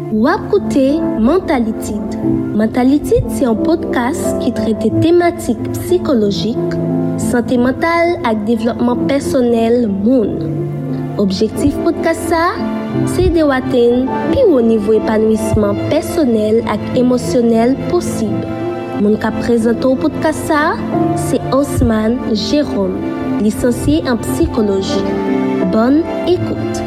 Ou écoutez Mentalitide. Mentalitide, c'est un podcast qui traite des thématiques psychologiques, santé mentale et développement personnel moun. Objectif podcast ça, c'est de atteindre plus haut niveau épanouissement personnel et émotionnel possible. Mon cas présentant au podcast ça, c'est Osman Jérôme, licencié en psychologie. Bonne écoute.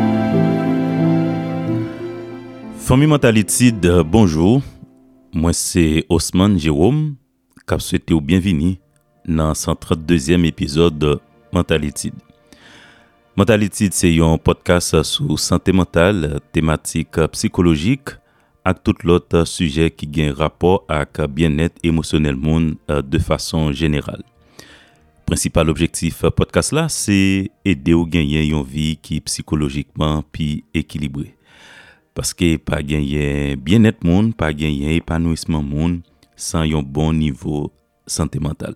Famille Mentalitide, bonjour. Moi c'est Osman Jérôme, qui souhaite vous bienvenue dans le 132e épisode de Mentalitide. Mentalitide, c'est un podcast sur santé mentale, thématique psychologique, et tout l'autre sujet qui a un rapport avec bien-être émotionnel monde de façon générale. Principal objectif podcast là, c'est aider à gagner une vie qui est psychologiquement puis équilibrée. Parce que pas gagner bien-être monde, pas gagner épanouissement monde sans un bon niveau santé mentale.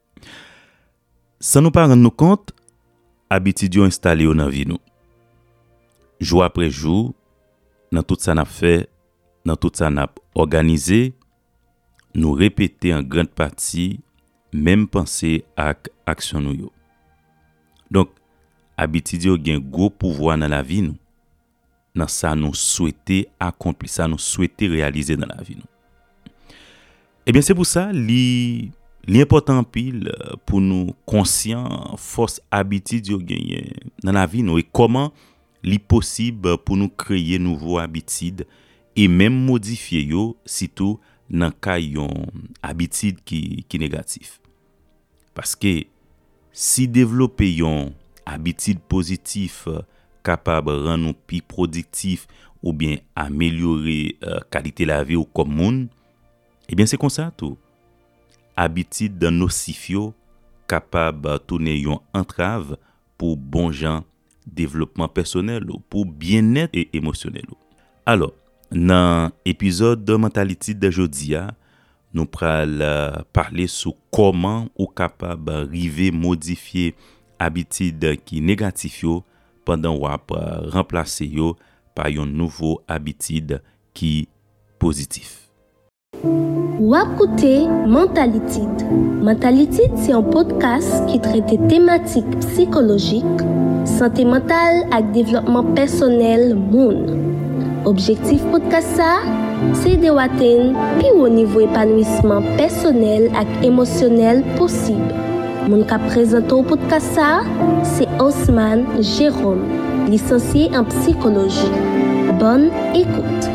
Sans nous pas rendre compte, habitude installé dans la vie nous. Jour après jour, dans tout ça n'a fait, dans tout ça n'a organisé, nous répéter en grande partie même pensée et action nous yo. Donc habitude yo gen gros pouvoir dans la vie nous. Dans ça nous souhaiter accomplir, ça nous souhaiter réaliser dans la vie nous. Eh bien c'est pour ça l'important pile pour nous conscient force habitude yo gagner dans la vie nous et comment li possible pour nous créer nouveau habitude et même modifier yo surtout dans cas yon habitude qui négatif. Parce que si développer yon habitude positif capable rendre nous plus productif ou bien améliorer qualité la vie ou comme monde, eh bien c'est comme ça tout. Habitude nocif yo capable tourner yon entrave pour bon gens développement personnel ou pour bien-être et émotionnel. Alors, dans l'épisode de Mentalitide d'aujourd'hui, nous allons parler sur comment ou capable arriver modifier habitude qui négatif yo pendant ou remplacer yo par une nouveau habitude qui positif. Ou écoutez Mentalitide. Mentalitide, c'est un podcast qui traite des thématiques psychologiques, santé mentale et développement personnel moun. Objectif podcast ça, c'est de atteindre plus haut niveau épanouissement personnel et émotionnel possible. Mon cas présentant au podcast ça, c'est Osman Jérôme, licencié en psychologie. Bonne écoute.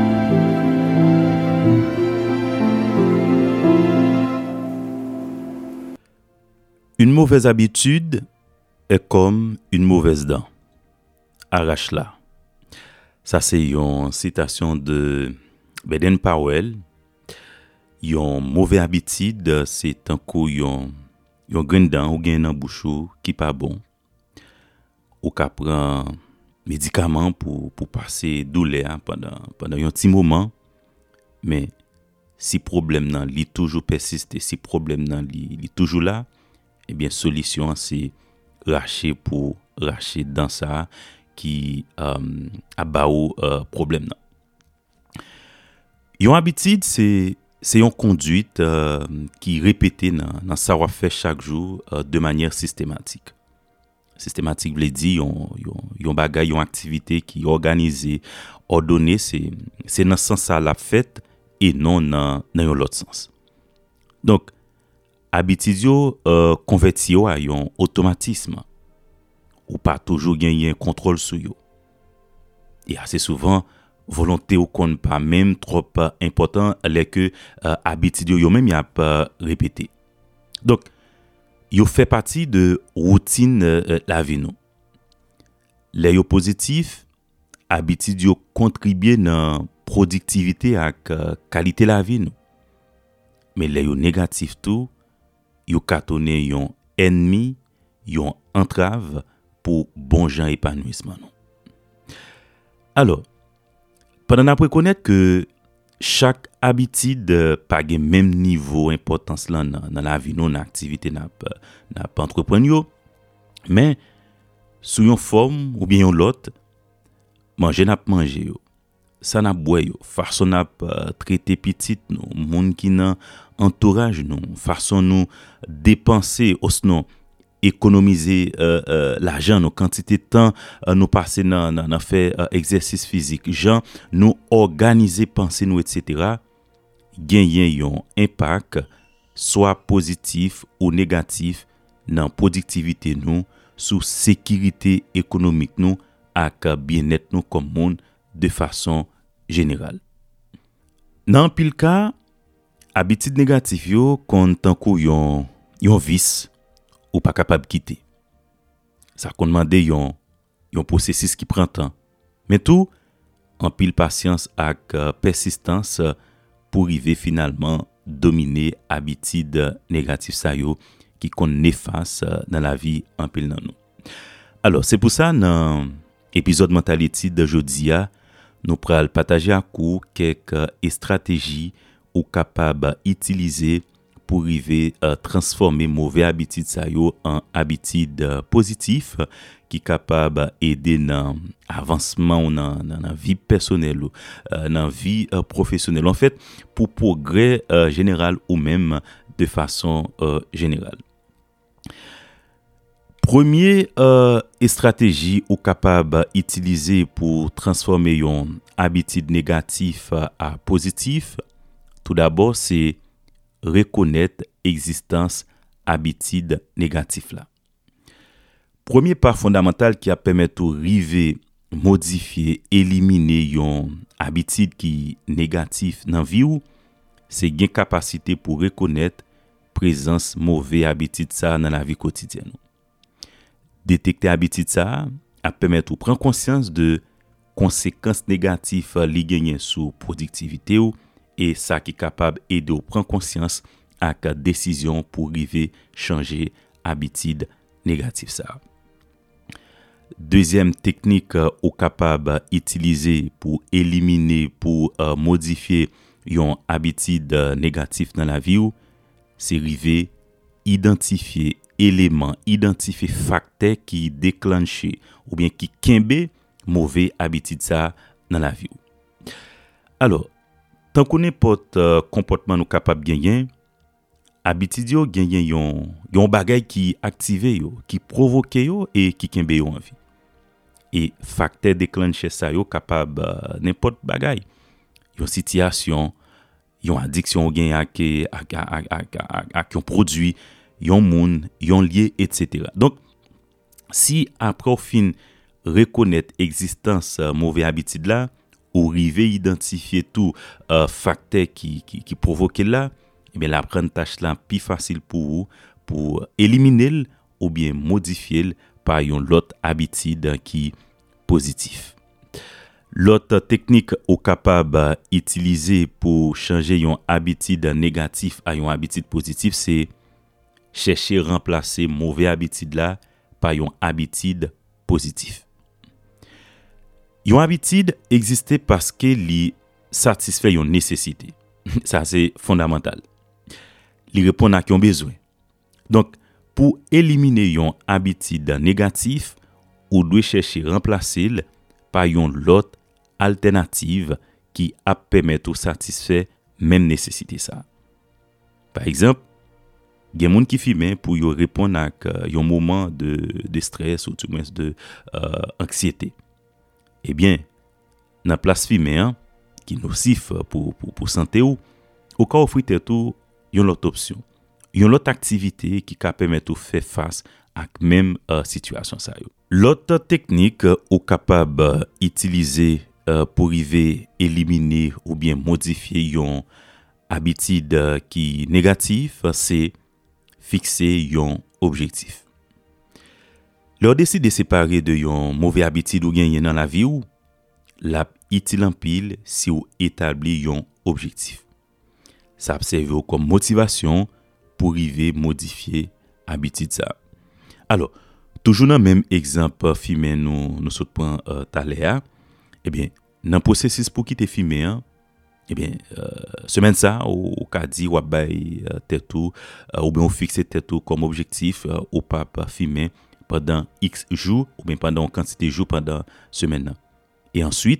Une mauvaise habitude est comme une mauvaise dent. Arrache-la. Ça, c'est une citation de Baden-Powell. Une mauvaise habitude, c'est un coup, une grande dent ou une bouche qui n'est pas bon. Ou qu'à prendre médicaments pour passer douleur pendant un petit moment. Mais si problème nan li toujours persiste, si problème nan li toujours là, eh bien solution c'est racher dans ça qui a baou problème nan. Yon habitude c'est une conduite qui répétée dans savoir faire chaque jour de manière systématique. Systématique veut dire yon bagay, yon activité qui organisée, ordonnée, c'est dans sens ça la fête et non dans l'autre sens. Donc habitude yo converti yo à yon automatisme ou pas toujours gagner contrôle sur yo. Et assez souvent volonté ou qu'on pas même trop important les que habitude yo même y a pas répété. Donc yo fait partie de routine la vie nous. Les yo positif habitude yo contribuer dans productivité et qualité la vie nous. Mais les yo négatif tout yo katonné yon ennemi, yon entrave pour bon gens épanouissement nous. Alors, pendant après connaître que chaque habitude pas gen même niveau importance là dans la vie nous, dans activité n'a pas entreprendre mais sous une forme ou bien l'autre manger n'a manger ça n'a boire yo, façon n'a traiter petite nous, monde qui nan entourage nous, façon nous dépenser sinon économiser l'argent, nos quantité de temps nous passer dans faire exercice physique, gens nous organiser penser nous etc. gagner un impact soit positif ou négatif dans productivité nous, sous sécurité économique nous ak bien-être nous comme monde de façon générale. Dans pile cas, habitude négative yo kon tankou yon vice ou pas capable quitter. Ça kon demande yon processus qui prend temps. Mais tout en pile patience ak persistance pour arriver finalement dominer habitude négative ça yo qui kon néfaste dans la vie en pile nan nous. Alors, c'est pour ça dans épisode mentalité d'aujourd'hui, nous pral partager à coup quelques stratégies ou capable utiliser pour arriver à transformer mauvais habitude ça yo en habitude positif qui capable aider dans avancement dans vie personnelle ou dans vie professionnelle en fait pour progrès général ou même de façon générale. Premier stratégie ou capable utiliser pour transformer une habitude négative à positif, tout d'abord c'est reconnaître existence habitude négative là. Premier pas fondamental qui a permis de river modifier éliminer une habitude qui négative dans vie ou c'est gain capacité pour reconnaître présence mauvaise habitude ça dans la vie quotidienne. Détecter habitude ça a permettre de prendre conscience de conséquences négatives li gagné sur productivité ou et ça qui est capable aider à prendre conscience avec décision pour arriver changer habitude négative ça. Deuxième technique ou capable utiliser pour éliminer pour modifier une habitude négative dans la vie ou c'est arriver identifier éléments, identifier facteurs qui déclenchent ou bien qui kembe mauvais habitude ça dans la vie. Alors, tant qu'on n'importe comportement nous capable gagner, habitude yo gagner yon bagay qui active yo, qui provoque yo et qui kembe yo en vie. Et facteur déclencher ça yo capable n'importe bagay. Yon situation, yon addiction ou gain ak yon produit, yon moun, yon lié, etc. Donc, si après au fin reconnaître existence mauvais habitude là, ou river identifier tout facteur qui provoque là, et bien la prendre tâche là plus facile pour vous pour éliminer ou bien modifier par une autre habitude qui positif. L'autre technique ou capable utiliser pour changer une habitude négative à une habitude positive, c'est chercher remplacer mauvais habitude là par une habitude positive. Une habitude existe parce que li satisfait une nécessité. Ça c'est fondamental. Li répond à un besoin. Donc pour éliminer une habitude négative, ou doit chercher remplacer par une autre alternative qui a permettre de satisfaire même nécessité ça. Par exemple, il y a des gens qui fument pour y répondre à un moment de stress ou tout moins de anxiété. Eh bien, dans la place fumer qui est nocif pour santé ou cas offrir tout une autre option, une autre activité qui permet de faire face à même situation ça yo. L'autre technique ou capable utiliser pour arriver éliminer ou bien modifier une habitude qui négative, c'est fixer un objectif. Leur décide de séparer de une mauvaise habitude ou gagner dans la vie ou la utile en pile si vous établit un objectif. Ça serve comme motivation pour arriver modifier habitude ça. Alors, toujours dans le même exemple fumer nous saute point taléa, eh bien, dans processus pour quitter fumer eh bien semaine ça ou ka di ou bay tête ou bien on fixe tête comme objectif ou pas fumer pendant X jours ou bien pendant quantité de jours pendant semaine. Et ensuite,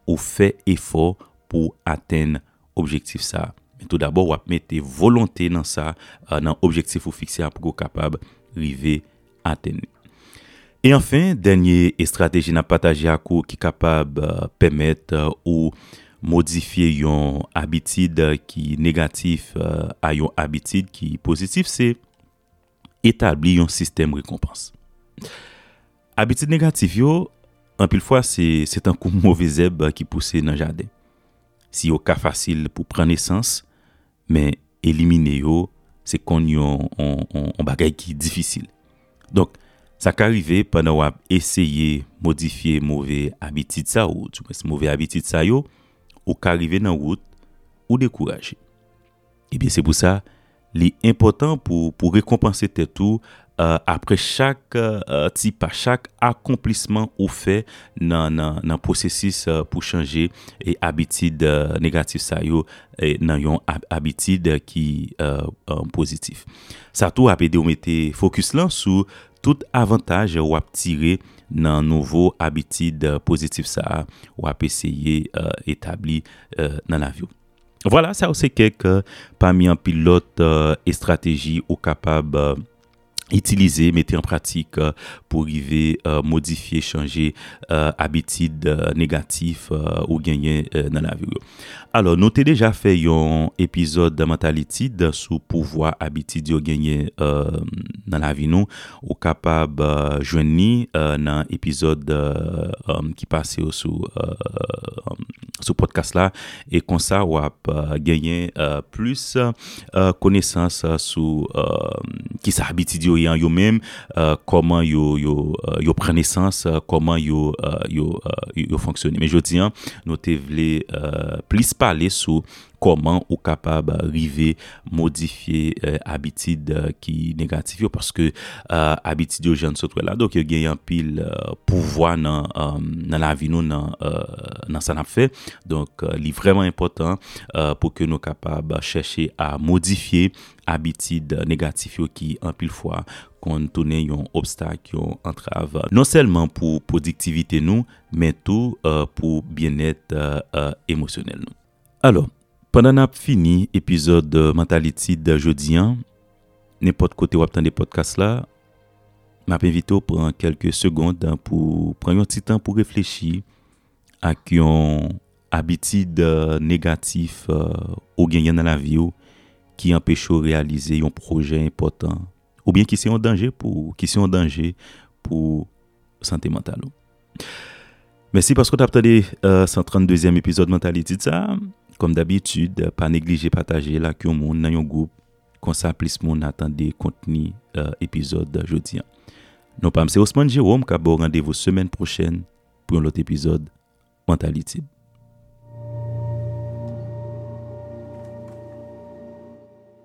ou fait effort pour atteindre objectif ça. Mais tout d'abord, ou mettre volonté dans ça, dans objectif ou fixé pour capable arriver à atteindre. Et enfin, dernière stratégie n'a partagé à coup qui capable permettre ou modifier une habitude qui négatif à une habitude qui positive, c'est établir un système récompense. Habitude négative yo, en pile fois c'est un coup mauvais herbe qui pousse dans le jardin. Si yo cas facile pour prendre naissance, mais éliminer yo, c'est qu'on on bagay qui difficile. Donc ça peut arriver pendant ou essayer modifier mauvais habitude ça ou tu vois mauvais habitude ça yo ou qu'arriver dans route ou décourager. Et bien c'est pour ça l'important pour récompenser tes tout après chaque type à chaque accomplissement ou fait dans processus pour changer et habitude négative ça yo dans yon habitude qui positif. Ça tout a aider ou mettre focus là sur tout avantage ou à tirer dans nouveau habitude positif ça ou à essayer établi dans la vie. Voilà, ça c'est quelques parmi un pilote et stratégie ou capable utiliser, mettre en pratique pour arriver modifier, changer habitude négatif ou gagner dans la vie. Alors, nous avons déjà fait un épisode de mentalité sur pouvoir habitude ou gagner dans la vie nous ou capable joindre dans épisode qui passe sur podcast là et comme ça ou gagner plus connaissance sur qui ça habitude yo même comment yo prend naissance comment yo fonctionne. Mais je dis nous te voulons plus parler sur comment ou capable arriver modifier habitude qui négative parce que habitude yo jeune surtout là donc il y a un pile pouvoir dans la vie nous dans ça n'a fait donc il est vraiment important pour que nous capable chercher à modifier habitude négative qui en pile fois contourne un obstacle un entrave non seulement pour productivité nous mais tout pour bien-être émotionnel nous. Alors pendant n'a fini épisode mentalité de jeudi n'importe côté ou attendre podcast là m'a invité pour quelques secondes pour prendre un petit temps pour réfléchir à une habitude négative ou gagner dans la vie qui empêche de réaliser un projet important ou bien qui sont en danger pour santé mentale. Merci parce que tu as entendu 132e épisode mentalité de ça. Comme d'habitude, pas négliger partager là que monde dans un groupe comme ça plus monde attendait contenu épisode jeudi. Nous pas c'est Ousmane Jérôme qui a rendez-vous semaine prochaine pour un autre épisode mentalité.